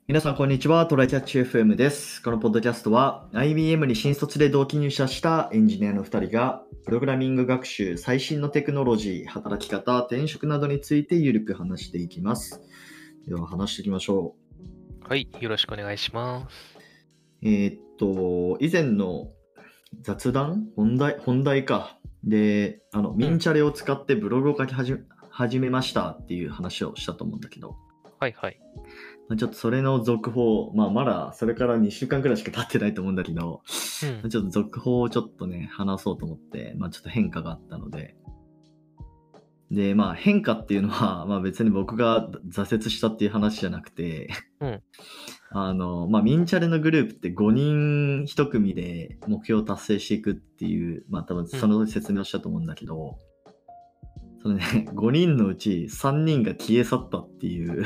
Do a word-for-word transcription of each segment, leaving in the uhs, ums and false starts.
皆さん、こんにちは。トライキャッチ エフエム です。このポッドキャストは、アイビーエム に新卒で同期入社したエンジニアのふたりが、プログラミング学習、最新のテクノロジー、働き方、転職などについてゆるく話していきます。では、話していきましょはい、よろしくお願いします。 う。えーっと、以前の雑談本題、本題か。で、あの、ミンチャレを使ってブログを書き始め、始めましたっていう話をしたと思うんだけど、 はいはい。 まあちょっとそれの続報、まあまだそれからにしゅうかんくらいしか経ってないと思うんだけど、 うん。 ちょっと続報をちょっとね、話そうと思って、まあちょっと変化があったので。で、まあ変化っていうのは、まあ別に僕が挫折したっていう話じゃなくて、 うん。 あの、まあミンチャレのグループってごにんいち組で目標を達成していくっていう、まあ多分その説明をしたと思うんだけど、そのね、ごにんのうちさんにんが消え去ったっていう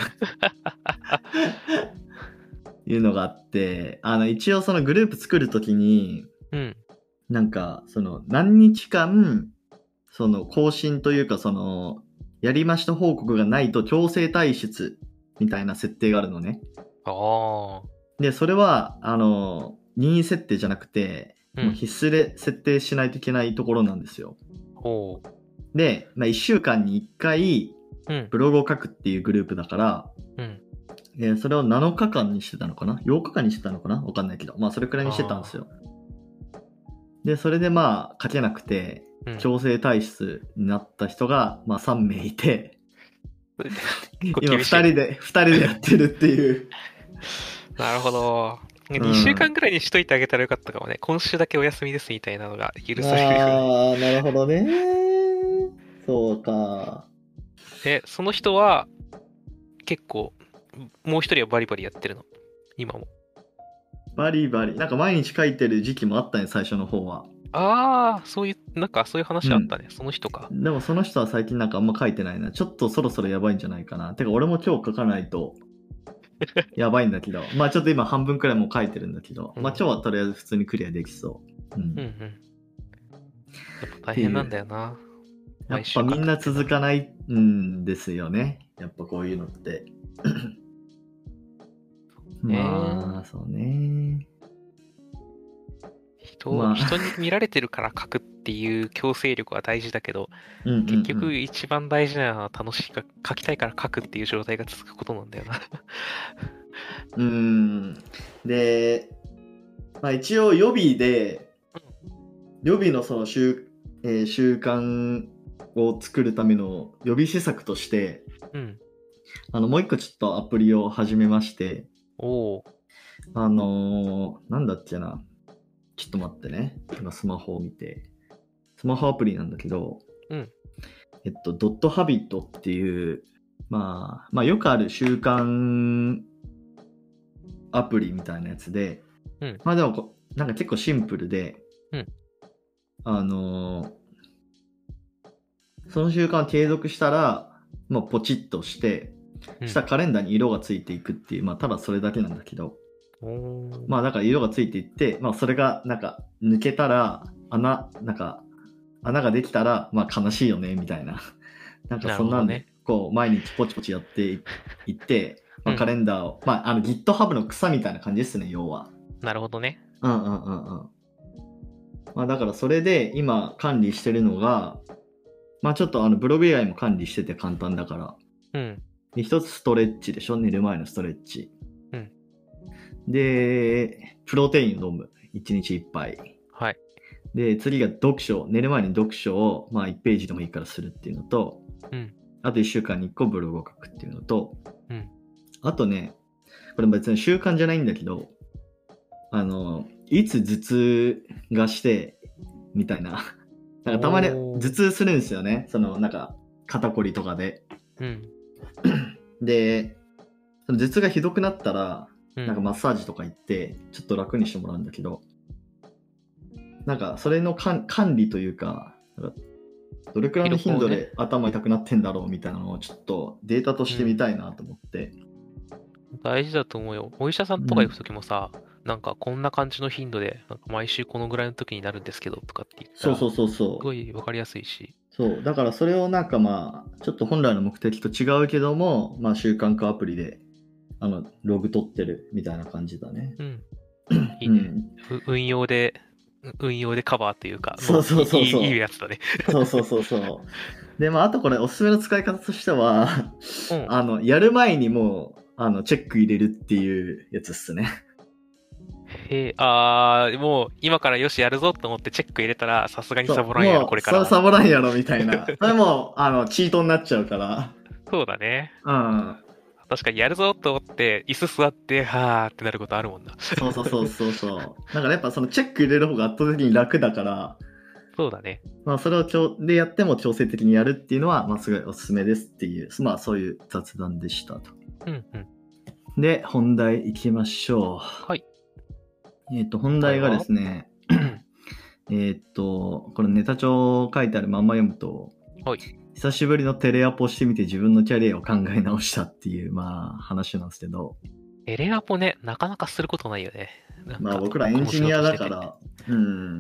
いうのがあって、あの一応そのグループ作るときに、 うん。 なんかその何日間その更新というかそのやりました報告がないと強制退出みたいな設定があるのね。 ああ。 で、それはあの任意設定じゃなくて、 うんもう必須で設定しないといけないところなんですよ。 ほう。 で、まあ、いっしゅうかんにいっかいうん。 ブログを書くっていうグループだから、 うん。 えーそれをなのかかんにしてたのかな ?ようかかんにしてたのかなわかんないけど。まあそれくらいにしてたんですよ。で、それでまあ書けなくて、 うん。 強制退出になった人がまあさん名いて、 結構今厳しい。 ふたりで、ふたりでやってるっていう。 なるほど。 んにしゅうかんぐらいにしといてあげたらよかったかもね。今週だけお休みですみたいなのが許されるように。 ああ、なるほどね。そうか。 え、その人は結構、もう一人はバリバリやってるの。今も。 バリバリ。なんか毎日書いてる時期もあったね、最初の方は。 ああ、そういう、なんかそういう話あったね。その人か。 でもその人は最近なんかあんま書いてないな。ちょっとそろそろやばいんじゃないかな。てか俺も今日書かないとやばいんだけど。まあちょっと今半分くらいもう書いてるんだけど。 うんまあ今日はとりあえず普通にクリアできそう。うん。 うんうん。やっぱ大変なんだよな。 やっ毎週ぱみんな書くって続かないんですよね。やっぱこういうのって。まあ、そうね。 人、 まあ人に見られてるから書くっていう強制力は大事だけど、 うんうんうん、 結局一番大事なのは楽しいか、書きたいから書くっていう状態が続くことなんだよな。 うーん。で、まあ一応予備で、予備のその習、えー習慣を作るための予備施策として、 うん。 あのもう一個ちょっとアプリを始めまして、 おお。 あのー、なんだっけな。ちょっと待ってね。今スマホを見て。スマホアプリなんだけど、 うん。 えっと、ドットハビットっていう、まあ、まあよくある習慣アプリみたいなやつで、 うん。 まあでもこ、なんか結構シンプルで、 うん。 あのーその習慣を継続したら、もうポチッとして、 うんしたらカレンダーに色がついていくっていう、まあただそれだけなんだけど、 おーまあだから色がついていって、まあそれがなんか抜けたら、穴、なんか穴ができたら、まあ悲しいよね、みたいな。なんかそんなんで、 なるほどねこう毎日ポチポチやっていって、まあ、 うんカレンダーを、まああの GitHub の草みたいな感じですね、要は。 なるほどね。 うんうんうんうん。まあだからそれで今管理してるのが、まあちょっとあのブログ以外も管理してて簡単だから。 うん。 で、一つストレッチでしょ、寝る前のストレッチ。 うん。 で、プロテインを飲む。いちにちいっぱい。 はい。 で、次が読書。寝る前に読書を、まあいちページでもいいからするっていうのと、 うん。 あといっしゅうかんにいっこブログを書くっていうのと、 うん。 あとね、これ別に習慣じゃないんだけど、あの、いつ頭痛がして、みたいな。なんかたまにおー頭痛するんですよね。その、なんか、肩こりとかで。 うん。 で、その頭痛がひどくなったら、 うん。 なんかマッサージとか行って、ちょっと楽にしてもらうんだけど、なんかそれの管管理というか、なんかどれくらいの頻度で頭痛くなってんだろうみたいなのをちょっとデータとしてみたいなと思って。 大事だと思うよ。お医者さんとか行くときもさ、なんかこんな感じの頻度で、なんか毎週このぐらいの時になるんですけどとかって言ったら、 そうそうそうそすう。 ごいわかりやすいし。 そう。だからそれをなんかまあ、ちょっと本来の目的と違うけども、まあ習慣化アプリで、 あの、ログ取ってるみたいな感じだね。 うん。いいね。う運用で、運用でカバーというか、 そうそうそうそういいいいやつだね。 そうそうそうそう。で、まあ、あとこれおすすめの使い方としては、 うん。 あの、やる前にもう、あの、チェック入れるっていうやつっすね。 へえ、あー、もう今からよしやるぞと思ってチェック入れたら、さすがにそう、 サボらんやろ、 もう、 これからは。 それサボらんやろみたいな。それもう、あの、チートになっちゃうから。 そうだね。 うん。 確かにやるぞと思って、椅子座って、はーってなることあるもんな。 そうそうそうそうそう。だからやっぱそのチェック入れる方が圧倒的に楽だから、 そうだね。 まあそれをちょでやっても強制的にやるっていうのは、まあすごいおすすめですっていう、まあそういう雑談でしたと。 うんうん。 で、本題行きましょう。 はい。 えっと、本題がですね、えっと、これネタ帳書いてあるまんま読むと、 はい。 久しぶりのテレアポしてみて自分のキャリアを考え直したっていう、まあ話なんですけど、 テレアポね、なかなかすることないよね。なんかまあ僕らエンジニアだか。 この仕事しててら、うん、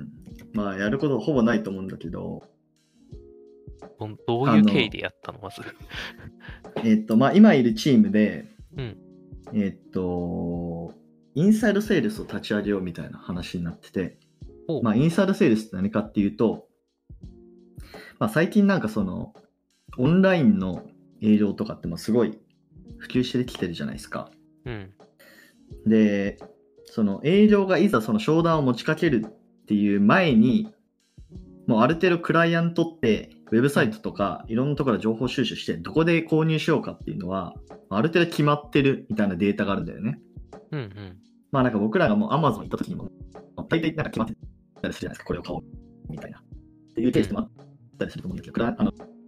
まあやることほぼないと思うんだけど、 どんどういう経緯でやったの、まず。 えっと、まあ今いるチームで、 うん。 えっと、インサイドセールスを立ち上げようみたいな話になってて、 おうまあインサイドセールスって何かっていうと、まあ最近なんかその、オンラインの営業とかってもすごい普及してきてるじゃないですか。 うん。 で、その営業がいざその商談を持ちかけるっていう前に、もうある程度クライアントってウェブサイトとかいろんなところで情報収集してどこで購入しようかっていうのはある程度決まってるみたいなデータがあるんだよね。 うんうん。 まあなんか僕らがもう Amazon 行った時にも大体なんか決まってたりするじゃないですか。これを買おうみたいな。っていうケースもあったりすると思うんだけど、クライあの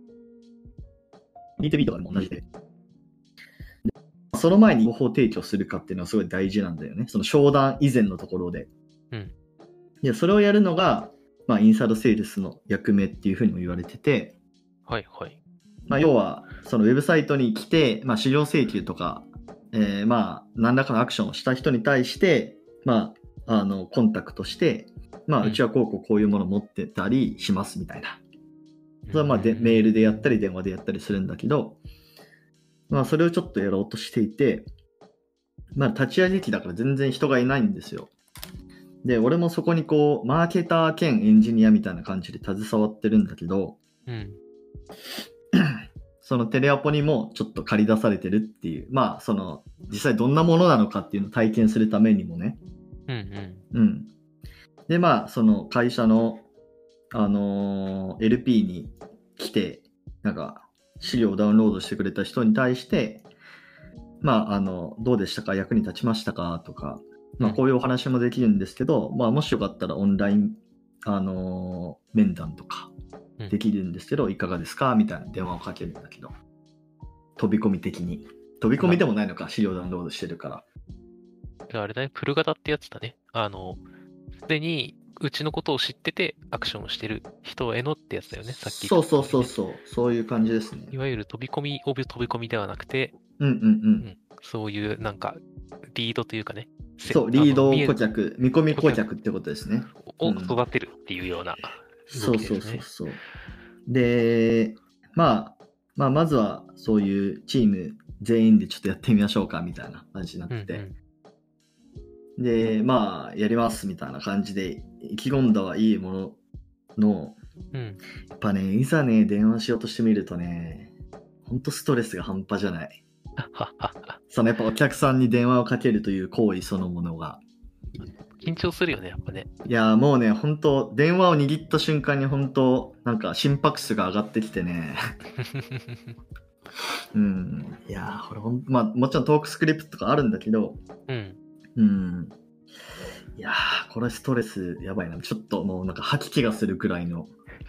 ビーツービー とかでも同じで。その前に情報提供するかっていうのはすごい大事なんだよね。その商談以前のところで。 うん。 で、それをやるのが、まあ、インサイドセールスの役目っていうふうにも言われてて、 はいはい。 まあ、要は、そのウェブサイトに来て、まあ、市場請求とか、えー、まあ、何らかのアクションをした人に対して、まあ、あの、コンタクトして、まあ、うちはこうこうこういうものを持ってたりしますみたいな。それはまあで、メールでやったり電話でやったりするんだけど、まあ、それをちょっとやろうとしていて、まあ、立ち上げ期だから全然人がいないんですよ。で、俺もそこにこう、マーケター兼エンジニアみたいな感じで携わってるんだけど、 うん。 そのテレアポにもちょっと借り出されてるっていう、まあ、その、実際どんなものなのかっていうのを体験するためにもね。 うんうん。 うん。で、まあ、その会社の、あのー エルピー に来て、なんか、資料をダウンロードしてくれた人に対して、まあ、あの、どうでしたか、役に立ちましたかとか、まあ、こういうお話もできるんですけど、まあ、もしよかったらオンライン、あのー面談とかできるんですけど、いかがですかみたいな電話をかけるんだけど、飛び込み的に。飛び込みでもないのか、資料ダウンロードしてるから。 あれだね、プル型ってやつだね。あの、すでにうちのことを知っててアクションをしてる人へのってやつだよね、さっき言った、 そうそうそうそう、そういう感じですね。 いわゆる飛び込み、オブ飛び込みではなくて、 うんうんうん。 うん、そういうなんか、リードというかね、 そう、リード見え顧客、見込み顧客ってことですね。 をうん育てるっていうようなそうそう動きですね。 そうそう。で、まあ、まあ、まずはそういうチーム全員でちょっとやってみましょうかみたいな感じになってて。 うんうんで、まあ、やりますみたいな感じで意気込んだはいいものの、 うん、 やっぱね、いざね、電話しようとしてみるとね、ほんとストレスが半端じゃない。そのやっぱお客さんに電話をかけるという行為そのものが。 緊張するよね、やっぱね。 いや、もうね、本当電話を握った瞬間に本当なんか心拍数が上がってきてね。うん。いやー、これほんまあ、もちろんトークスクリプトとかあるんだけど、 うん。 うん。いやー、これストレスやばいな。ちょっともうなんか吐き気がするくらいの。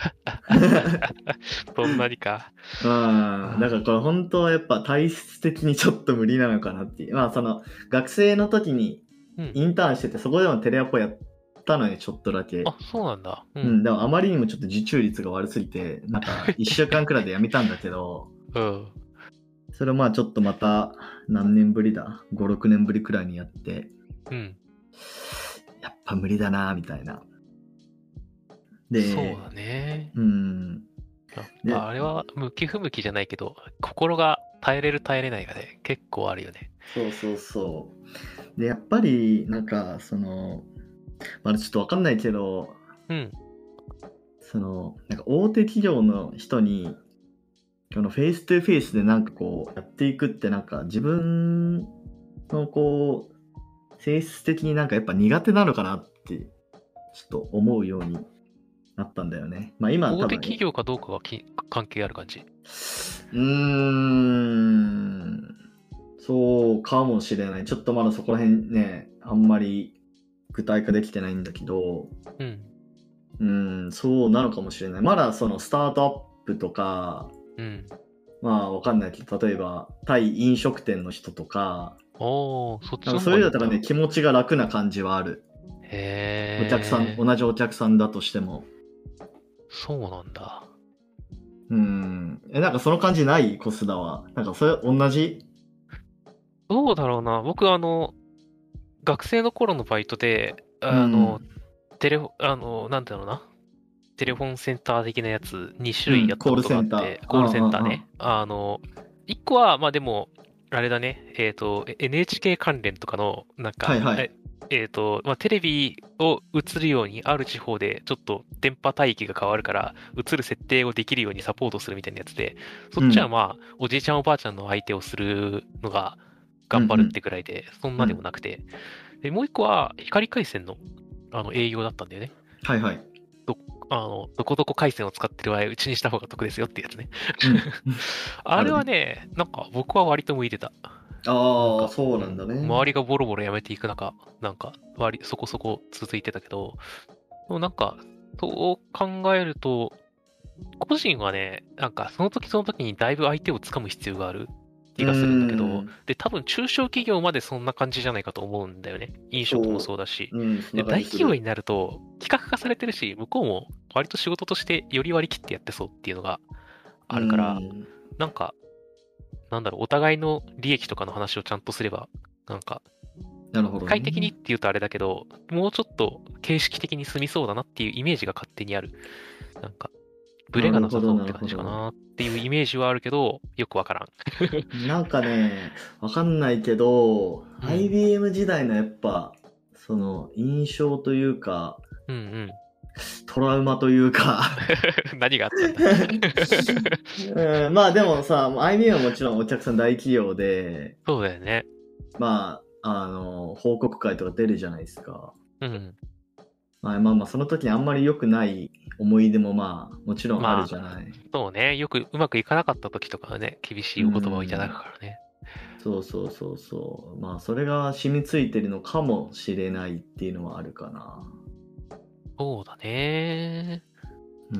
そんなにか。 うん。だからこれ本当やっぱ体質的にちょっと無理なのかなっていう。まあその学生の時にインターンしてて、そこでもテレアポやったのにちょっとだけ。 あ、そうなんだ。 うん。うん、でもあまりにもちょっと受注率が悪すぎて、なんかいっしゅうかんくらいでやめたんだけど、 うん。 それをまあちょっとまた何年ぶりだ ?ご、ろくねんぶりくらいにやって、 うん。 やっぱ無理だなみたいな。で、 そうだね。 うん。 まあ、あれは向き不向きじゃないけど、心が耐えれる耐えれないがね、結構あるよね。 そうそうそう。で、やっぱり、なんか、その、まだちょっとわかんないけど、 うん。 その、なんか大手企業の人に、このフェイストゥフェイスでなんかこうやっていくってなんか自分のこう、性質的になんかやっぱ苦手なのかなってちょっと思うようになったんだよね。まあ今多分、 大手企業かどうかがき関係ある感じ。 うーん、そうかもしれない。ちょっとまだそこら辺ね、あんまり具体化できてないんだけど、 うん。 うーん、そうなのかもしれない。まだそのスタートアップとか、 うん。 まあわかんないけど、例えば対飲食店の人とか、 おー、そっちなんかの方がいいんだ。 そういうのだったらね、気持ちが楽な感じはある。お客さん、 へー。 同じお客さんだとしても。 そうなんだ。 うーん。え、なんかその感じないコスダは。なんかそれ同じ。 どうだろうな。僕、あの、学生の頃のバイトで、 うあの、 ん。 テレフォ、あの、なんだろうな。テレフォンセンター的なやつにう種類やん。コールったことセンター。 があって、コールああ、 センターああ。 ね。あの、一個は、まあでも、あれだね、えっと、エヌエイチケー 関連とかの、なんか、 はいはい。 ええっと、まあテレビを映るように、ある地方でちょっと電波帯域が変わるから、映る設定をできるようにサポートするみたいなやつで、そっちはうん。 まあ、おじいちゃんおばあちゃんの相手をするのが頑張るっうんうん。 てくらいで、そんなでもうん。 なくて、で、もう一個は光回線の、あの、営業だったんだよね。 はいはい。 ど、あの、どこどこ回線を使ってる場合、うちにした方が得ですよってやつね。 うん。 あれはあるね。 ね、なんか僕は割と向いてた。なんああ、 か、 そうなんうん。 だね。 周りがボロボロやめていく中、なんか、割、そこそこ続いてたけど、でもなんか、そう考えると、個人はね、なんかその時その時にだいぶ相手をつかむ必要があるうー気がするんだけど、 ん。 で、多分中小企業までそんな感じじゃないかと思うんだよね。飲食もそそうだし。 う。うん、そんで、 な感大じする。 企業になると企画化されてるし、向こうも割と仕事としてより割り切ってやってそうっていうのがうあるから、 ーん。 なんか、なんだろう、お互いの利益とかの話をちゃんとすれば、なんか、 なるほど機械的にっね。 て言うとあれだけど、もうちょっと形式的に済みそうだなっていうイメージが勝手にある。なんか、ブレながなさるほど、なそうって感るほど。 じかなっていうイメージはあるけど、よくわからん。 なんかね、わかんないけど、 うん。 アイビーエム 時代のやっぱ、その印象というか、 うんうん。 トラウマというか何があったんだ。 うん、まあでもさ、アイビーエム はもちろんお客さん大企業で、 そうだよね。 まあ、あの、報告会とか出るじゃないですか。 うん。 まあまあまあ、その時にあんまり良くない思い出もまあ、もちろんあるまあ、 じゃない。 そうね。よくうまくいかなかった時とかはね、厳しういお言葉をいただくん。 からね。 そうそうそうそう。まあ、それが染みついてるのかもしれないっていうのはあるかな。 そうだね。 うん。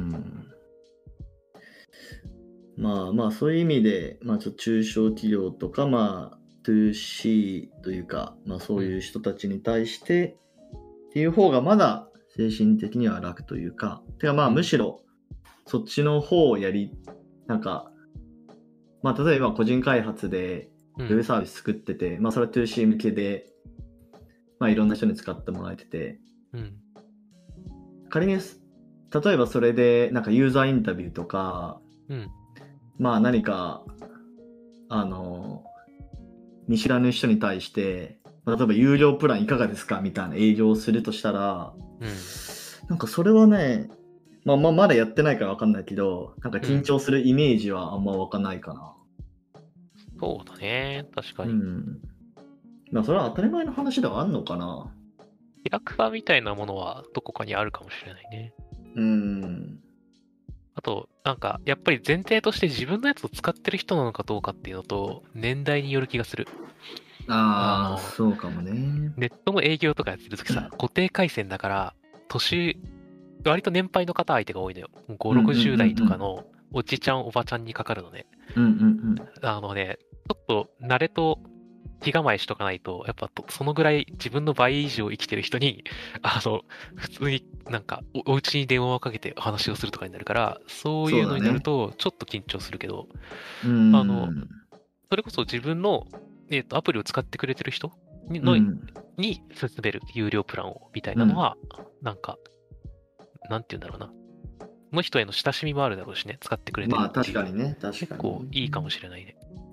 まあまあ、そういう意味で、まあ、ちょっと中小企業とか、まあ、ツーシー というか、まあ、そういう人たちに対してっていう方がまだ精神的には楽というか、てかまあ、 うん。 むしろそっちの方をやり、なんか、まあ、例えば個人開発でうん。 ウェブサービス作ってて、まあ、それは ツーシー 向けで、まあ、いろんな人に使ってもらえてて、 うん。 仮に、例えばそれで、なんかユーザーインタビューとか、 うん。 まあ何か、あの、見知らぬ人に対して、例えば有料プランいかがですかみたいな営業をするとしたら、 うん。 なんかそれはね、まあまあまだやってないからわかんないけど、なんか緊張するイメージはあんま湧かないかな。 そうだね。確かうに。 ん。まあそれは当たり前の話ではあんのかな。 キラクタみたいなものはどこかにあるかもしれないね。 うん。 あと、なんか、やっぱり前提として自分のやつを使ってる人なのかどうかっていうのと、年代による気がする。あああ、 の、 そうかもね。 ネットの営業とかやってるときさ、固定回線だから、年、割と年配の方相手が多いのよ。ご、 うんうんうんろくじゅう代とかうん。 のおじちゃん、おばちゃんにかかるのね。 うんうんあのね、ちょっと慣れと気構えしとかないと、やっぱとそのぐらい自分の倍以上生きてる人に、あの、普通になんかお、お家に電話をかけて話をするとかになるから、そういうのになるそうだね。 とちょっと緊張するけど、 うあの、 ん。 それこそ自分の、えっと、アプリを使ってくれてる人にのうん。 に勧める有料プランをみたいうん。 なのは、なんか、なんて言うんだろうな。その人への親しみもあるだろうしね、使ってくれてるまあっていう。 確かにね。確結かにね。 構いいかもしれないね。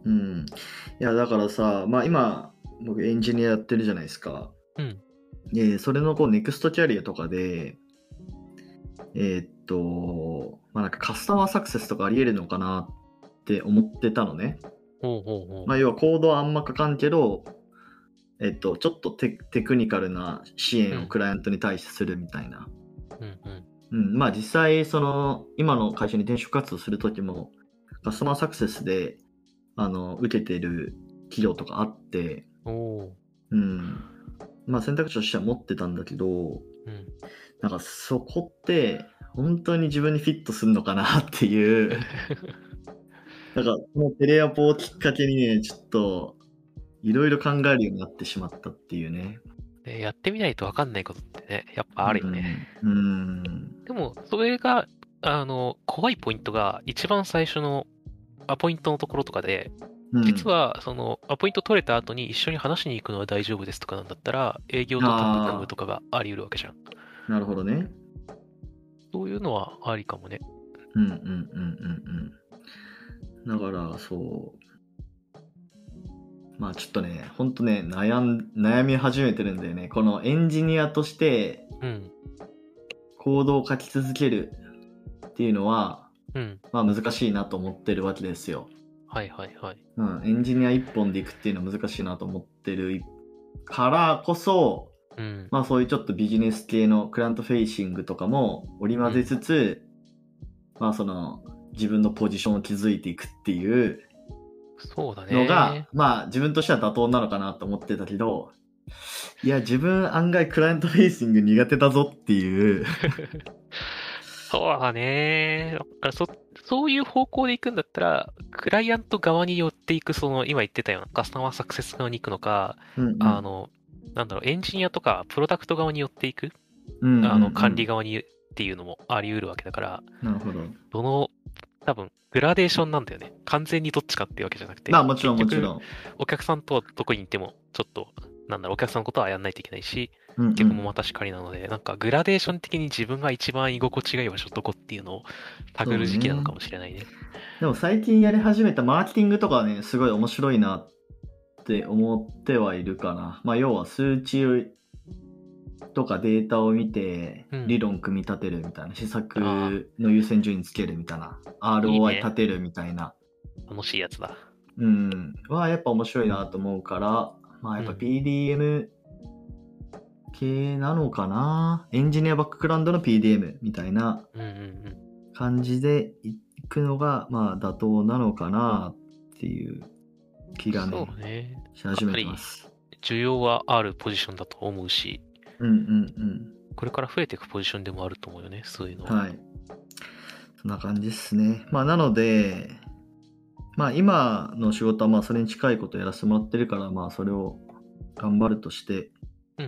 うん。いや、だからさ、まあ今、僕エンジニアやってるじゃないですか。 うん。 で、それのこう、ネクストキャリアとかで、えーっと、まあなんかカスタマーサクセスとかあり得るのかなって思ってたのね。 ほうほうほう。 まあ要はコードはあんま書かんけど、えっと、ちょっとテテクニカルな支援をクライアントに対してするみたいな。 うんうん。 うん、まあ実際、その、今の会社に転職活動するときも、カスタマーサクセスで、あの、受けてる企業とかあって、 おお。 うん。まあ選択肢としては持ってたんだけど、 うん。 なんかそこって、本当に自分にフィットするのかなっていう、なんかこのテレアポをきっかけにね、ちょっと、いろいろ考えるようになってしまったっていうね。 でやってみないと分かんないことってね、やっぱあるよね。 うん。うん。 でも、それが、あの、怖いポイントが、一番最初のアポイントのところとかで、 うん、 実は、その、アポイント取れた後に一緒に話しに行くのは大丈夫ですとかなんだったら、営業とタッグ組むとかがあり得るわけじゃん。 なるほどね。 そういうのはありかもね。 うんうんうんうんうん。だからそうまあちょっとねほんとね悩ん悩み始めてるんだよね。このエンジニアとしてうん。 コードを書き続けるっていうのはうん。 まあ難しいなと思ってるわけですよ。 はいはいはい。 うん、エンジニア一本でいくっていうのは難しいなと思ってるからこそ、 うん。 まあそういうちょっとビジネス系のクライアントフェイシングとかも織り交ぜつつ、まあその自分のポジションを築いていくっていうそうだのが、 ね。 まあ自分としては妥当なのかなと思ってたけど、いや自分案外クライアントフェイシング苦手だぞっていうそうだね。だからそ、そういう方向で行くんだったら、クライアント側に寄っていく、その、今言ってたようなカスタマーサクセス側に行くのか、 うん、うん、 あの、なんだろう、エンジニアとかプロダクト側に寄っていく、 うんうんうん、 あの、管理側にっていうのもあり得るわけだから、 なるほど。 どの、多分、グラデーションなんだよね。完全にどっちかっていうわけじゃなくて、 まあもちろんも結局ちろん。 お客さんとはどこに行っても、ちょっと、なんだろう、お客さんのことはやんないといけないし、 うんうん、 逆もまたしかりなので、なんかグラデーション的に自分が一番居心地がいい場所どこっていうのを探る時期なのかもしれないね。 でも最近やり始めたマーケティングとかはね、すごい面白いなって思ってはいるかな。まあ要は数値とかデータを見てうん理論組み立てるみたいな、施あ策の優先順位つけるみたいな、アールオーアイいいね立てるみたいな、 楽しいやつだ。 うんはやっぱ面白いなと思うから、まあやっぱ ピーディーエム 系なのかな、エンジニアバックグラウンドの ピーディーエム みたいなうんうんうん。 感じでいくのがまあ妥当なのかなっていう気がねそうね。 し始めてます。 需要はあるポジションだと思うし、 うんうんうんこれから増えていくポジションでもあると思うよね、そういうのは。 はい。そんな感じですね。まあなので、まあ今の仕事はまあそれに近いことやらせてもらってるから、まあそれを頑張るとして、 うん。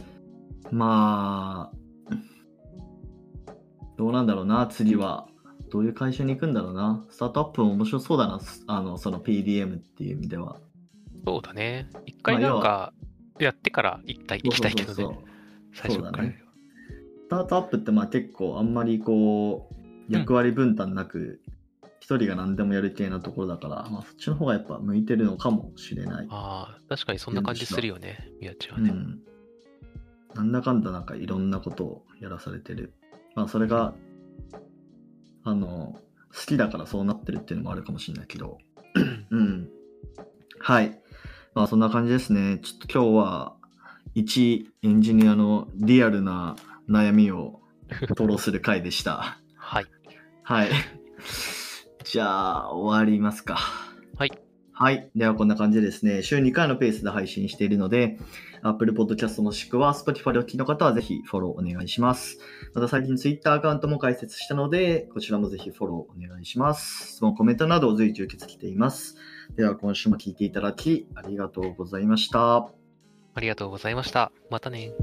まあ、どうなんだろうな、次は。どういう会社に行くんだろうな。スタートアップも面白そうだな、あの、その ピーディーエム っていう意味では。 そうだね。一回なんか、やってから行きたい、行きたいけどね。 そうそうそう最初から、 ね。スタートアップってまあ結構あんまりこう、役割分担なく、一人が何でもやる系なところだから、まあそっちの方がやっぱ向いてるのかもしれない。 ああ、確かにそんな感じするよね、宮地はね。 うん。なんだかんだなんかいろんなことをやらされてる。まあそれが、あの、好きだからそうなってるっていうのもあるかもしれないけど。うん。はい。まあそんな感じですね。ちょっと今日は、一エンジニアのリアルな悩みを吐露する回でした。 はい。 はい。じゃあ、終わりますか。 はい。 はい。では、こんな感じでですね、週にかいのペースで配信しているので、Apple Podcast もしくは Spotify でお聞きの方はぜひフォローお願いします。また最近 Twitter アカウントも開設したので、こちらもぜひフォローお願いします。質問、コメントなどを随時受け付けています。では、今週も聞いていただきありがとうございました。 ありがとうございました。またね。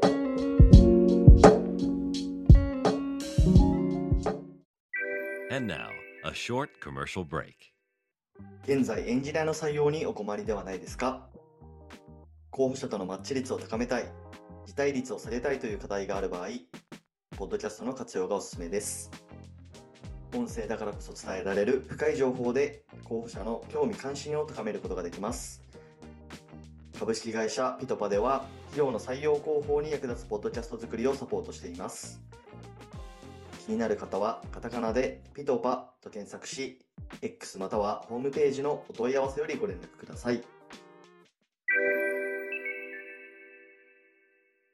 And now, a short commercial break. 現在エンジニアの採用にお困りではないですか？候補者とのマッチ率を高めたい、辞退率を下げたいという課題がある場合、ポッドキャストの活用がおすすめです。 音声だからこそ伝えられる深い情報で候補者の興味関心を高めることができます。株式会社ピトパでは企業の採用広報に役立つポッドキャスト作りをサポートしています。気になる方はカタカナでピトパと検索し、X またはホームページのお問い合わせよりご連絡ください。